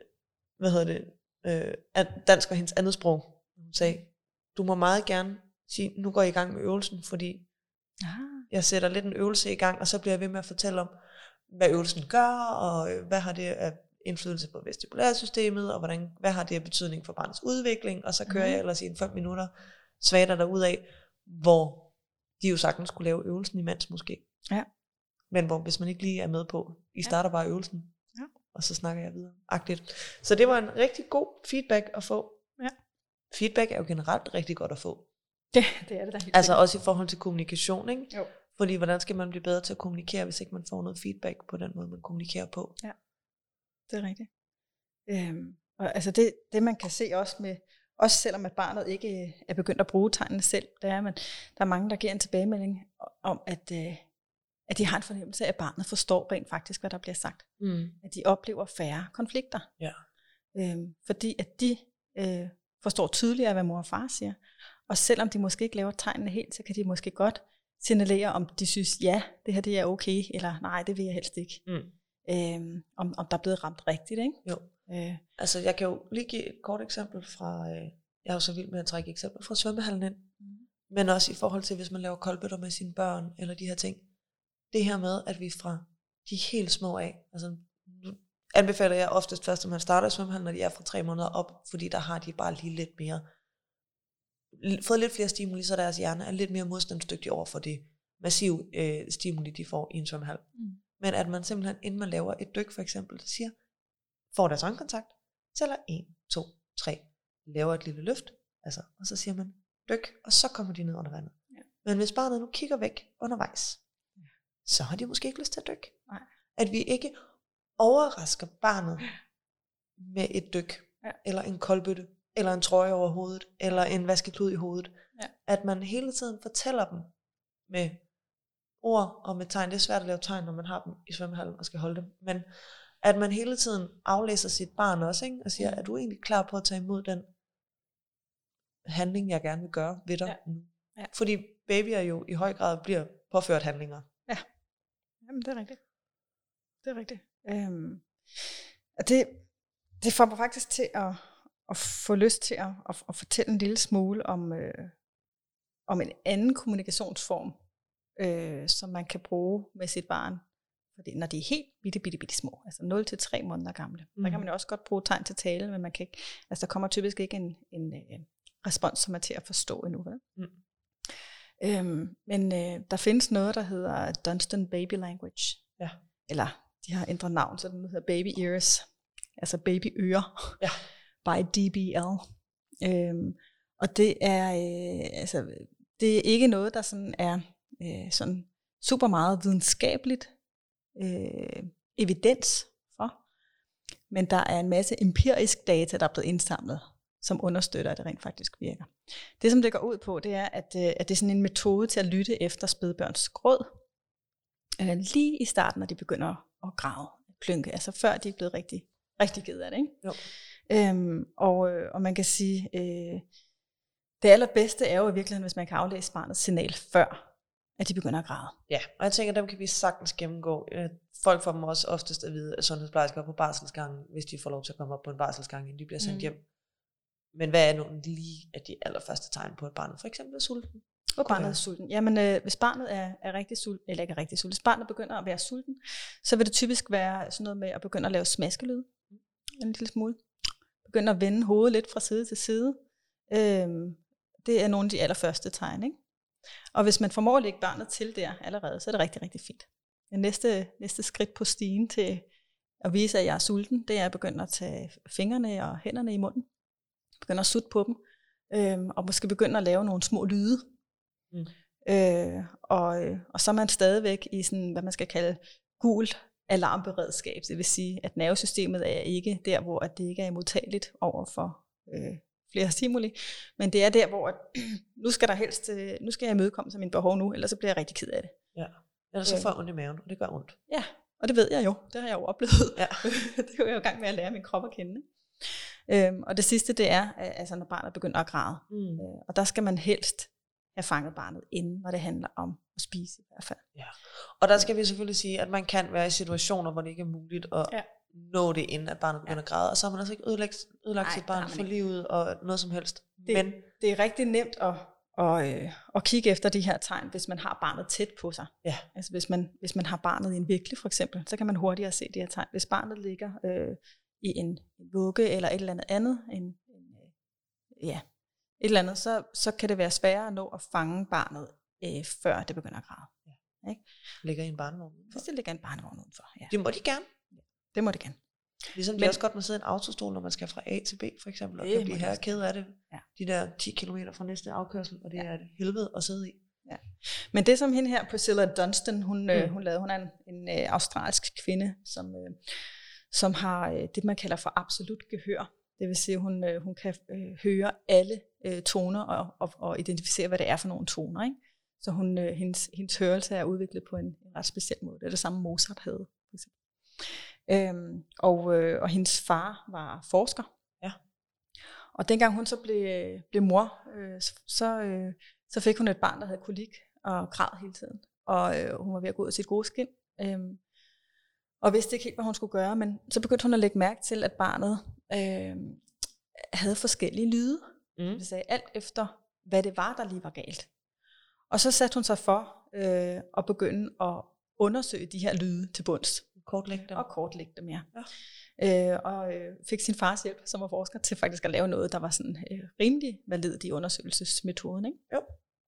A: dansk var hendes andet sprog. Hun sagde, du må meget gerne sige, nu går jeg i gang med øvelsen, fordi jeg sætter lidt en øvelse i gang, og så bliver jeg ved med at fortælle om, hvad øvelsen gør, og hvad har det af indflydelse på vestibulærsystemet, og hvad har det af betydning for barnets udvikling, og så kører jeg ellers i 5 minutter svater derudad, hvor de jo sagtens skulle lave øvelsen imens måske.
B: Ja.
A: Men hvor hvis man ikke lige er med på, I starter bare øvelsen, og så snakker jeg videre. Agtigt. Så det var en rigtig god feedback at få.
B: Ja.
A: Feedback er jo generelt rigtig godt at få.
B: Det er det da.
A: Altså også i forhold til kommunikation, ikke?
B: Jo.
A: Fordi hvordan skal man blive bedre til at kommunikere, hvis ikke man får noget feedback på den måde, man kommunikerer på?
B: Ja, det er rigtigt. Og altså det man kan se også med, også selvom at barnet ikke er begyndt at bruge tegnene selv, det er, men der er mange, der giver en tilbagemelding om, at de har en fornemmelse af, at barnet forstår rent faktisk, hvad der bliver sagt. At de oplever færre konflikter.
A: Ja.
B: Fordi at de forstår tydeligere, hvad mor og far siger. Og selvom de måske ikke laver tegnene helt, så kan de måske godt signalere, om de synes, ja, det her det er okay, eller nej, det vil jeg helst ikke. Om der er blevet ramt rigtigt, ikke?
A: Jo. Altså jeg kan jo lige give et kort eksempel fra, jeg er jo så vild med at trække eksempler fra svømmehallen ind, men også i forhold til, hvis man laver koldbøtter med sine børn, eller de her ting. Det her med, at vi fra de helt små af, altså nu anbefaler jeg oftest først, at man starter i svømmehallen, når de er fra 3 måneder op, fordi der har de bare lige lidt mere, fået lidt flere stimuli, så deres hjerne er lidt mere modstandsdygtig over for det massive stimuli, de får i en svømmehal. Men at man simpelthen, inden man laver et dyk for eksempel, der siger, får deres øjenkontakt, tæller 1, 2, 3, laver et lille løft, altså, og så siger man, dyk, og så kommer de ned under vandet. Ja. Men hvis barnet nu kigger væk undervejs, så har de måske ikke lyst til at dykke.
B: Nej.
A: At vi ikke overrasker barnet med et dyk, eller en koldbøtte, eller en trøje over hovedet, eller en vaskeklud i hovedet.
B: Ja.
A: At man hele tiden fortæller dem med ord og med tegn. Det er svært at lave tegn, når man har dem i svømmehallen og skal holde dem. Men at man hele tiden aflæser sit barn også, ikke? Og siger, er du egentlig klar på at tage imod den handling, jeg gerne vil gøre ved dig? Ja. Ja. Fordi babyer jo i høj grad bliver påført handlinger.
B: Ja, jamen det er rigtigt. Det er rigtigt. Og det får mig faktisk til at få lyst til at fortælle en lille smule om en anden kommunikationsform, som man kan bruge med sit barn. Fordi når de er helt bitte små, altså 0 til 3 måneder gamle, der kan man jo også godt bruge tegn til tale, men man kan ikke, altså der kommer typisk ikke en respons, som er til at forstå endnu. Vel? Men der findes noget, der hedder Dunstan Baby Language. Ja. Eller de har ændret navn, så den hedder Baby Ears, altså babyører, by DBL. Og det er det er ikke noget, der sådan er sådan super meget videnskabeligt evidens for, men der er en masse empirisk data, der er blevet indsamlet, som understøtter, at det rent faktisk virker. Det, som det går ud på, det er, at det er sådan en metode til at lytte efter spædbørns gråd, lige i starten, når de begynder at græde, klynke, altså før de er blevet rigtig, rigtig ked af det. Ikke? Jo. Og man kan sige, det allerbedste er jo i virkeligheden, hvis man kan aflæse barnets signal før, at de begynder at græde.
A: Ja, og jeg tænker, dem kan vi sagtens gennemgå. Folk får dem også oftest at vide, at sundhedsplejersker på barselsgangen, hvis de får lov til at komme op på en barselsgang, inden de bliver sendt hjem. Men hvad er nu lige af de allerførste tegn på, at barnet for eksempel er sulten?
B: Barnet er sulten. Jamen, hvis barnet er rigtig sulten, eller ikke er rigtig sulten, hvis barnet begynder at være sulten, så vil det typisk være sådan noget med at begynde at lave smaskelyd. En lille smule. Begynde at vende hovedet lidt fra side til side. Det er nogle af de allerførste tegn, ikke? Og hvis man formår at lægge barnet til der allerede, så er det rigtig, rigtig fint. Det næste skridt på stigen til at vise, at jeg er sulten, det er at begynde at tage fingrene og hænderne i munden. Begynde at sutte på dem. Og måske begynde at lave nogle små lyde. Og så er man stadigvæk i sådan, hvad man skal kalde gult alarmberedskab. Det vil sige, at nervesystemet er ikke der, hvor at det ikke er modtageligt over for flere stimuli, men det er der, hvor at, nu skal jeg imødekomme sig min behov nu, ellers så bliver jeg rigtig ked af det.
A: Ja. Ellers så får jeg ondt i maven, og det gør ondt.
B: Ja, og det ved jeg jo. Det har jeg jo oplevet. Ja. Det er jo jeg i gang med at lære min krop at kende. Og det sidste, det er, altså når barnet begynder at græde. Og der skal man helst have fanget barnet inden, når det handler om at spise i hvert fald. Ja.
A: Og der skal vi selvfølgelig sige, at man kan være i situationer, hvor det ikke er muligt at nå det, inden at barnet begynder at græde. Og så har man altså ikke ødelagt sit barn for livet og noget som helst.
B: Men det er rigtig nemt at kigge efter de her tegn, hvis man har barnet tæt på sig. Ja. Altså hvis man har barnet i en vikle for eksempel, så kan man hurtigere se de her tegn. Hvis barnet ligger i en vugge eller et eller andet, et eller andet, så kan det være sværere at nå at fange barnet, før det begynder at græde. Ja. Ikke?
A: Ligger i en barnevogn?
B: Hvis det ligger i en barnevogn udenfor. Ja.
A: Det må de gerne.
B: Ja, det må de gerne.
A: Ligesom det også godt må sidde i en autostol, når man skal fra A til B for eksempel, og kan blive her ked af det. Ja. De der 10 kilometer fra næste afkørsel, og det er et helvede at sidde i. Ja.
B: Men det som hende her, Priscilla Dunstan, hun lavede, hun er en australsk kvinde, som har det, man kalder for absolut gehør. Det vil sige, at hun kan høre alle toner og identificere, hvad det er for nogle toner. Ikke? Så hendes hørelse er udviklet på en ret speciel måde. Det er det samme Mozart havde. For eksempel. Og hendes far var forsker. Ja. Og dengang hun så blev mor, så fik hun et barn, der havde kolik og græd hele tiden. Og hun var ved at gå ud af sit gode skin. Og vidste ikke helt, hvad hun skulle gøre, men så begyndte hun at lægge mærke til, at barnet havde forskellige lyde. Det sagde alt efter, hvad det var, der lige var galt. Og så satte hun sig for at begynde at undersøge de her lyde til bunds. Kortlægge dem, ja. Og fik sin fars hjælp, som var forsker, til faktisk at lave noget, der var sådan rimelig valid i undersøgelsesmetoden. Ikke? Jo.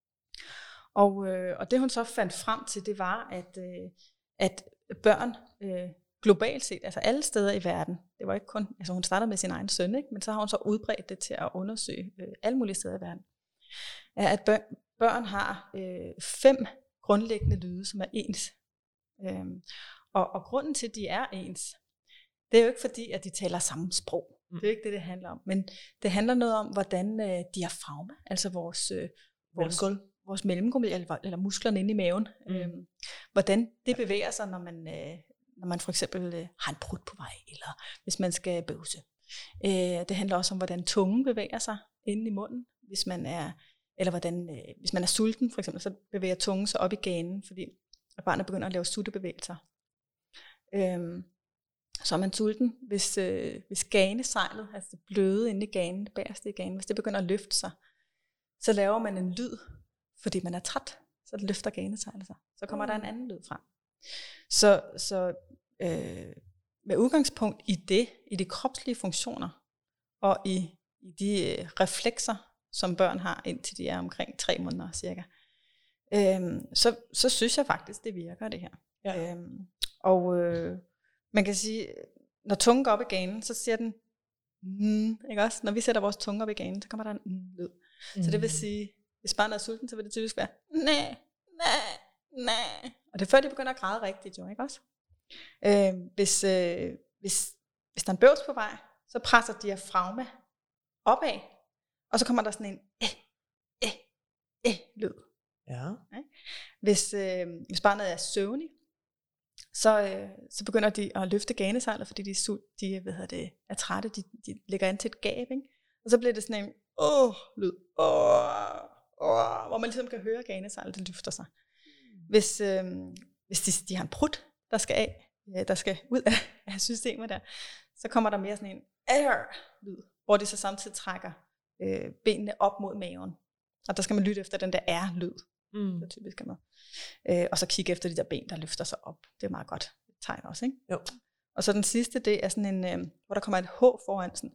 B: Og det hun så fandt frem til, det var, at børn globalt set, altså alle steder i verden, det var ikke kun, altså hun startede med sin egen søn, ikke? Men så har hun så udbredt det til at undersøge alle mulige steder i verden, er, at børn har 5 grundlæggende lyde, som er ens Og grunden til, at de er ens, det er jo ikke fordi, at de taler samme sprog. Det er jo ikke det, det handler om. Men det handler noget om, hvordan diafragma, altså vores mellemgulv, eller musklerne inde i maven, hvordan det bevæger sig, når man for eksempel har en prut på vej, eller hvis man skal bøvse. Det handler også om, hvordan tungen bevæger sig inde i munden, hvis man er sulten, for eksempel, så bevæger tungen sig op i ganen, fordi barnet begynder at lave suttebevægelser. Så er man sulten, hvis ganesejlet, altså det bløde inde i ganen, det bagerste i ganen, hvis det begynder at løfte sig, så laver man en lyd, fordi man er træt, så det løfter ganesejlet sig. Så kommer der en anden lyd frem. Så med udgangspunkt i de kropslige funktioner, og i de reflekser, som børn har, indtil de er omkring 3 måneder cirka, så synes jeg faktisk, det virker det her. Ja. Man kan sige, når tungen går op i ganen, så siger den, ikke også? Når vi sætter vores tunge op i ganen, så kommer der en lyd. Så det vil sige, hvis barnet er sulten, så vil det typisk være, næ. Og det er før, de begynder at græde rigtigt, jo, ikke også? Hvis der er en bøvs på vej, så presser diafragma opad, og så kommer der sådan en lyd. Ja. Hvis barnet er søvnig, så begynder de at løfte ganesejlet, fordi de er trætte, de lægger an til et gab, ikke? Og så bliver det sådan en lyd, hvor man ligesom kan høre ganesejlet, det løfter sig. Hvis de har en prut, der skal ud af systemet der, så kommer der mere sådan en lyd, hvor de så samtidig trækker benene op mod maven. Og der skal man lytte efter den der lyd. Det er typisk med. Og så kigge efter de der ben, der løfter sig op. Det er meget godt tegn også, ikke? Jo. Og så den sidste, det er sådan en, hvor der kommer et H foran, sådan.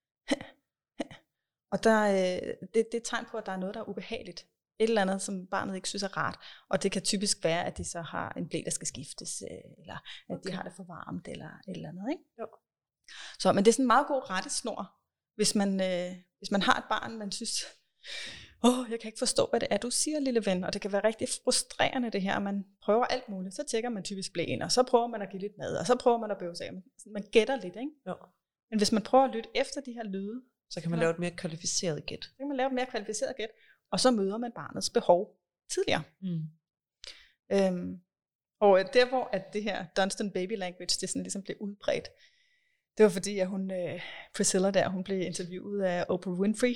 B: Og det er et tegn på, at der er noget, der er ubehageligt. Et eller andet, som barnet ikke synes er rart. Og det kan typisk være, at de så har en ble, der skal skiftes, eller at de har det for varmt, eller et eller andet, ikke? Jo. Så, men det er sådan en meget god rettesnor, hvis man har et barn, man synes, jeg kan ikke forstå, hvad det er, du siger, lille ven. Og det kan være rigtig frustrerende det her, man prøver alt muligt. Så tjekker man typisk blæen, og så prøver man at give lidt mad, og så prøver man at bøvse af. Man gætter lidt, ikke? Jo. Men hvis man prøver at lytte efter de her lyde,
A: så kan man lave et mere kvalificeret gæt.
B: Så kan man lave et mere kvalificeret gæt, og så møder man barnets behov tidligere. Og der hvor at det her Dunstan Baby Language, det sådan ligesom blev udbredt, det var fordi, at Priscilla der, hun blev interviewet af Oprah Winfrey.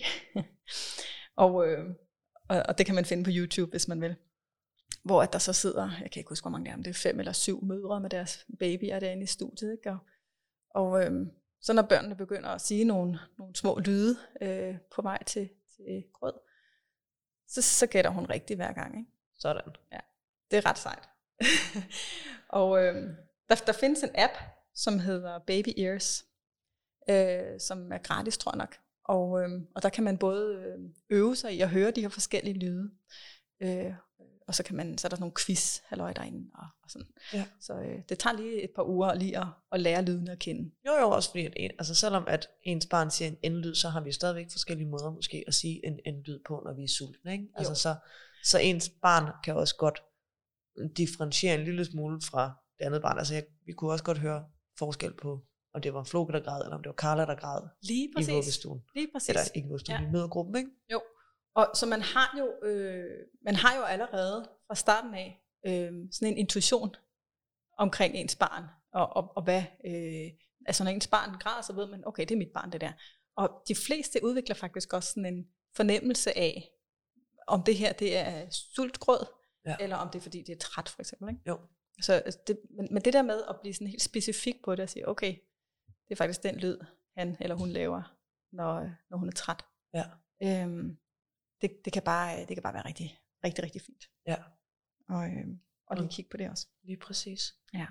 B: og det kan man finde på YouTube, hvis man vil. Hvor at der så sidder, jeg kan ikke huske, hvor mange der er, det er 5 eller 7 mødre med deres babyer derinde i studiet. Ikke? Og så når børnene begynder at sige nogle små lyde på vej til grød, så gætter hun rigtigt hver gang. Ikke?
A: Sådan.
B: Ja, det er ret sejt. Og der findes en app, som hedder Baby Ears, som er gratis, tror jeg nok. Og der kan man både øve sig i at høre de her forskellige lyde, og så er der sådan nogle quiz halløj derinde og sådan. Ja. Så det tager lige et par uger lige at lære lydene at kende.
A: Jo, også fordi selvom at ens barn siger en endlyd, så har vi stadigvæk forskellige måder måske at sige en endlyd på, når vi er sultne, ikke? Altså så ens barn kan også godt differentiere en lille smule fra det andet barn. Altså vi kunne også godt høre forskel på, om det var Floke, der græd, eller om det var Carla, der græd i vuggestuen.
B: Lige præcis.
A: Eller ikke vuggestuen, i mødergruppen, ikke?
B: Jo. Og så man har jo allerede fra starten af sådan en intuition omkring ens barn, og hvad, altså når ens barn græder, så ved man, okay, det er mit barn, det der. Og de fleste udvikler faktisk også sådan en fornemmelse af, om det her, det er sultgrød, eller om det er fordi, det er træt, for eksempel, ikke? Jo. Så men det der med at blive sådan helt specifik på det, og sige, okay, det er faktisk den lyd, han eller hun laver, når hun er træt. Ja. Det kan bare være rigtig, rigtig, rigtig fint. Ja. Og lige kigge på det også.
A: Lige præcis.
B: Ja.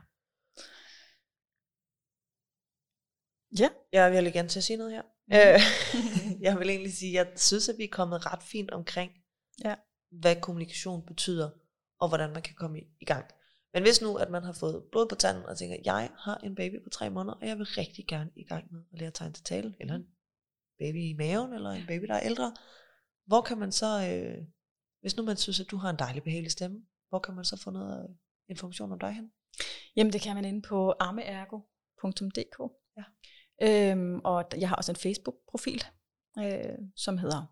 A: Ja. Jeg vil gerne til at sige noget her. Jeg vil egentlig sige, at jeg synes, at vi er kommet ret fint omkring, hvad kommunikation betyder, og hvordan man kan komme i gang. Men hvis nu, at man har fået blod på tanden, og tænker, jeg har en baby på 3 måneder, og jeg vil rigtig gerne i gang med at lære tegn til tale, eller en baby i maven, eller en baby, der er ældre, hvor kan man så, hvis nu man synes, at du har en dejlig behagelig stemme, hvor kan man så få noget information om dig hen?
B: Jamen, det kan man inde på ammeergo.dk.
A: Ja.
B: Og jeg har også en Facebook-profil, som hedder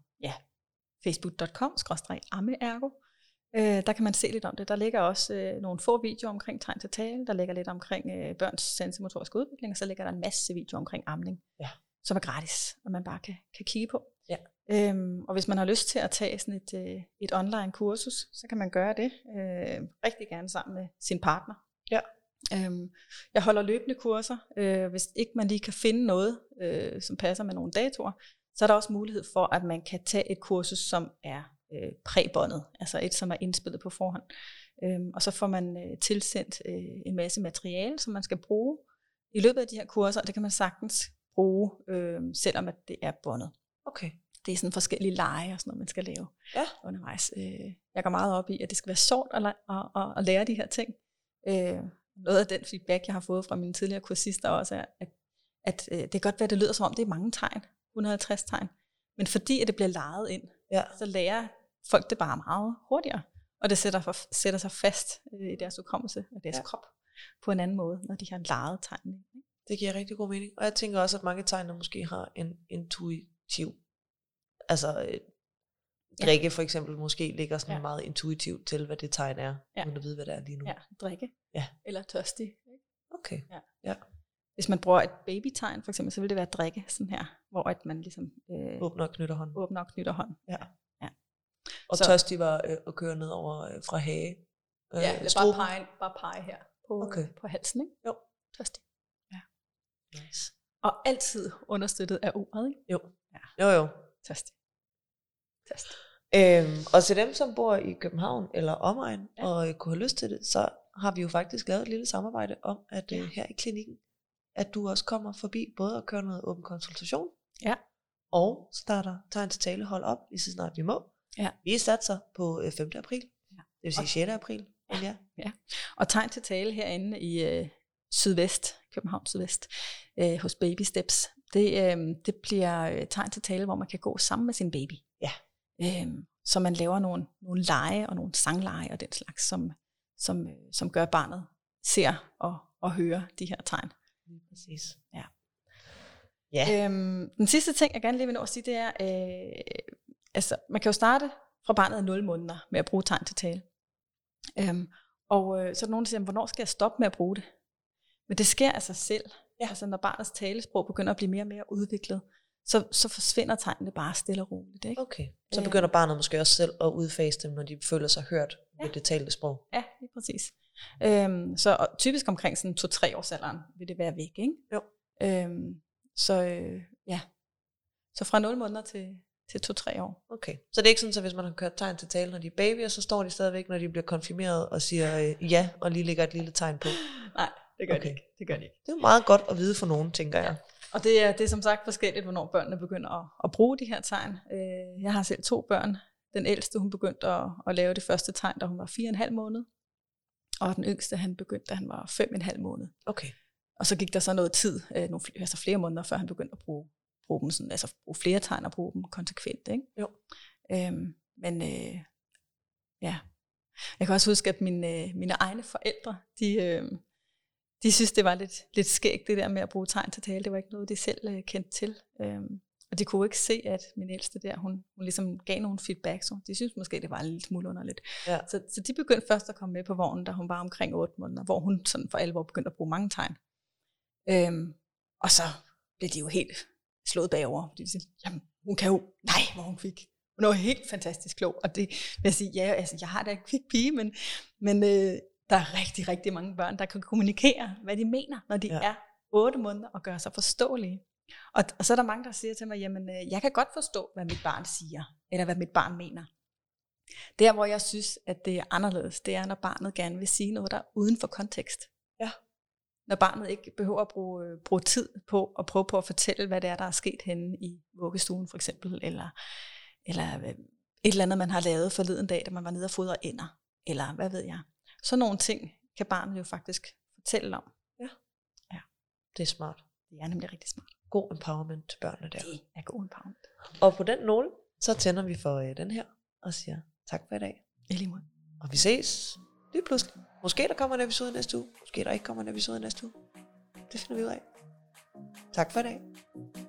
B: facebook.com/ammeergo. Der kan man se lidt om det. Der ligger også nogle få videoer omkring tegn til tale. Der ligger lidt omkring børns sansemotoriske udvikling, og så ligger der en masse videoer omkring amning, som er gratis, og man bare kan kigge på.
A: Ja.
B: Og hvis man har lyst til at tage sådan et online kursus, så kan man gøre det rigtig gerne sammen med sin partner.
A: Ja.
B: Jeg holder løbende kurser. Hvis ikke man lige kan finde noget, som passer med nogle datoer, så er der også mulighed for, at man kan tage et kursus, som er præbåndet, altså et, som er indspillet på forhånd. Og så får man tilsendt en masse materiale, som man skal bruge i løbet af de her kurser, og det kan man sagtens bruge, selvom at det er båndet.
A: Okay.
B: Det er sådan forskellige lege og sådan noget, man skal lave undervejs. Jeg går meget op i, at det skal være sjovt at lære de her ting. Noget af den feedback, jeg har fået fra mine tidligere kursister også, er, at det kan godt være, at det lyder som om, det er mange tegn, 150 tegn. Men fordi at det bliver lejet ind, så lærer folk det bare meget hurtigere. Og det sætter sig fast i deres hukommelse og deres krop på en anden måde, når de har lejet tegn.
A: Det giver rigtig god mening. Og jeg tænker også, at mange tegner måske har en intuitiv, altså drikke for eksempel måske ligger sådan meget intuitivt til, hvad det tegn er, uden at vide, hvad det er lige nu.
B: Ja, drikke. Ja. Eller tørstig.
A: Okay. Ja.
B: Hvis man bruger et babytegn for eksempel, så vil det være drikke, sådan her, hvor at man ligesom
A: åbner og knytter hånden.
B: Ja.
A: Og så, tørstig var at køre ned over fra hage.
B: Eller bare pege her på halsen, ikke?
A: Jo.
B: Tørstig. Ja.
A: Nice.
B: Og altid understøttet af ordet, ikke?
A: Jo. Ja. Jo.
B: Tørstig.
A: Og til dem, som bor i København eller omegn, og kunne have lyst til det, så har vi jo faktisk lavet et lille samarbejde om, at her i klinikken, at du også kommer forbi både at køre noget åben konsultation, og starter tegn til tale hold op, lige så snart vi må.
B: Ja.
A: Vi satser på 5. april, det vil sige 6. april.
B: Ja. Og tegn til tale herinde i Sydvest, København Sydvest, hos Baby Steps, det bliver tegn til tale, hvor man kan gå sammen med sin baby.
A: Ja.
B: Så man laver nogle lege og nogle sangleje og den slags, som gør barnet ser og hører de her tegn.
A: Præcis.
B: Ja.
A: Ja.
B: Den sidste ting, jeg gerne lige vil nå at sige, det er, altså man kan jo starte fra barnet er 0 måneder med at bruge tegn til tale. Og så er der nogen, der siger, hvornår skal jeg stoppe med at bruge det? Men det sker af sig selv. Ja. Altså når barnets talesprog begynder at blive mere og mere udviklet, så forsvinder tegnene bare stille og roligt. Ikke?
A: Okay. Så begynder barnet måske også selv at udfase dem, når de føler sig hørt ved det talte sprog.
B: Ja, lige præcis. Så typisk omkring sådan 2-3 års alderen vil det være væk, ikke?
A: Jo.
B: Så fra 0 måneder til 2-3 år.
A: Okay. Så det er ikke sådan, at hvis man har kørt tegn til tale, når de er babyer, så står de stadigvæk, når de bliver konfirmeret og siger ja, og lige lægger et lille tegn på?
B: Nej, det gør de ikke. Det gør de ikke.
A: Det er jo meget godt at vide for nogen, tænker jeg.
B: Og det er som sagt forskelligt, hvornår børnene begynder at bruge de her tegn. Jeg har selv 2 børn. Den ældste, hun begyndte at lave det første tegn, da hun var 4,5 måned. Og den yngste, han begyndte, da han var 5,5 måned.
A: Okay.
B: Og så gik der så noget tid, flere måneder, før han begyndte at bruge dem sådan, altså bruge flere tegn og bruge dem konsekvent, ikke?
A: Jo.
B: Jeg kan også huske, at mine egne forældre, de synes, det var lidt skægt, det der med at bruge tegn til tale. Det var ikke noget, de selv kendte til. Og de kunne ikke se, at min ældste der, hun ligesom gav nogle feedback, så de synes måske, det var en lille smule underligt.
A: Ja.
B: Så de begyndte først at komme med på vognen, da hun var omkring 8 måneder, hvor hun sådan for alvor begyndte at bruge mange tegn. Og så blev de jo helt slået bagover, fordi de siger, jamen, hun kan jo, nej, hvor hun fik. Hun er jo helt fantastisk klog, og det vil jeg sige, ja, altså, jeg har da ikke kvik pige, men der er rigtig, rigtig mange børn, der kan kommunikere, hvad de mener, når de er 8 måneder og gøre sig forståelige. Og så er der mange, der siger til mig, jamen, jeg kan godt forstå, hvad mit barn siger, eller hvad mit barn mener. Der, hvor jeg synes, at det er anderledes, det er, når barnet gerne vil sige noget, der er uden for kontekst. Ja. Når barnet ikke behøver at bruge tid på at prøve på at fortælle, hvad det er, der er sket henne i vuggestuen for eksempel, eller et eller andet, man har lavet forleden dag, da man var nede og fodre ænder, eller hvad ved jeg. Så nogle ting kan barnet jo faktisk fortælle om.
A: Ja. Det er smart.
B: Det er nemlig rigtig smart.
A: God empowerment til børnene der.
B: Det er god empowerment.
A: Og på den note, så tænder vi for den her, og siger tak for i dag.
B: I lige måde.
A: Og vi ses. Lige pludselig. Måske der kommer en episode næste uge. Måske der ikke kommer en episode næste uge. Det finder vi ud af. Tak for i dag.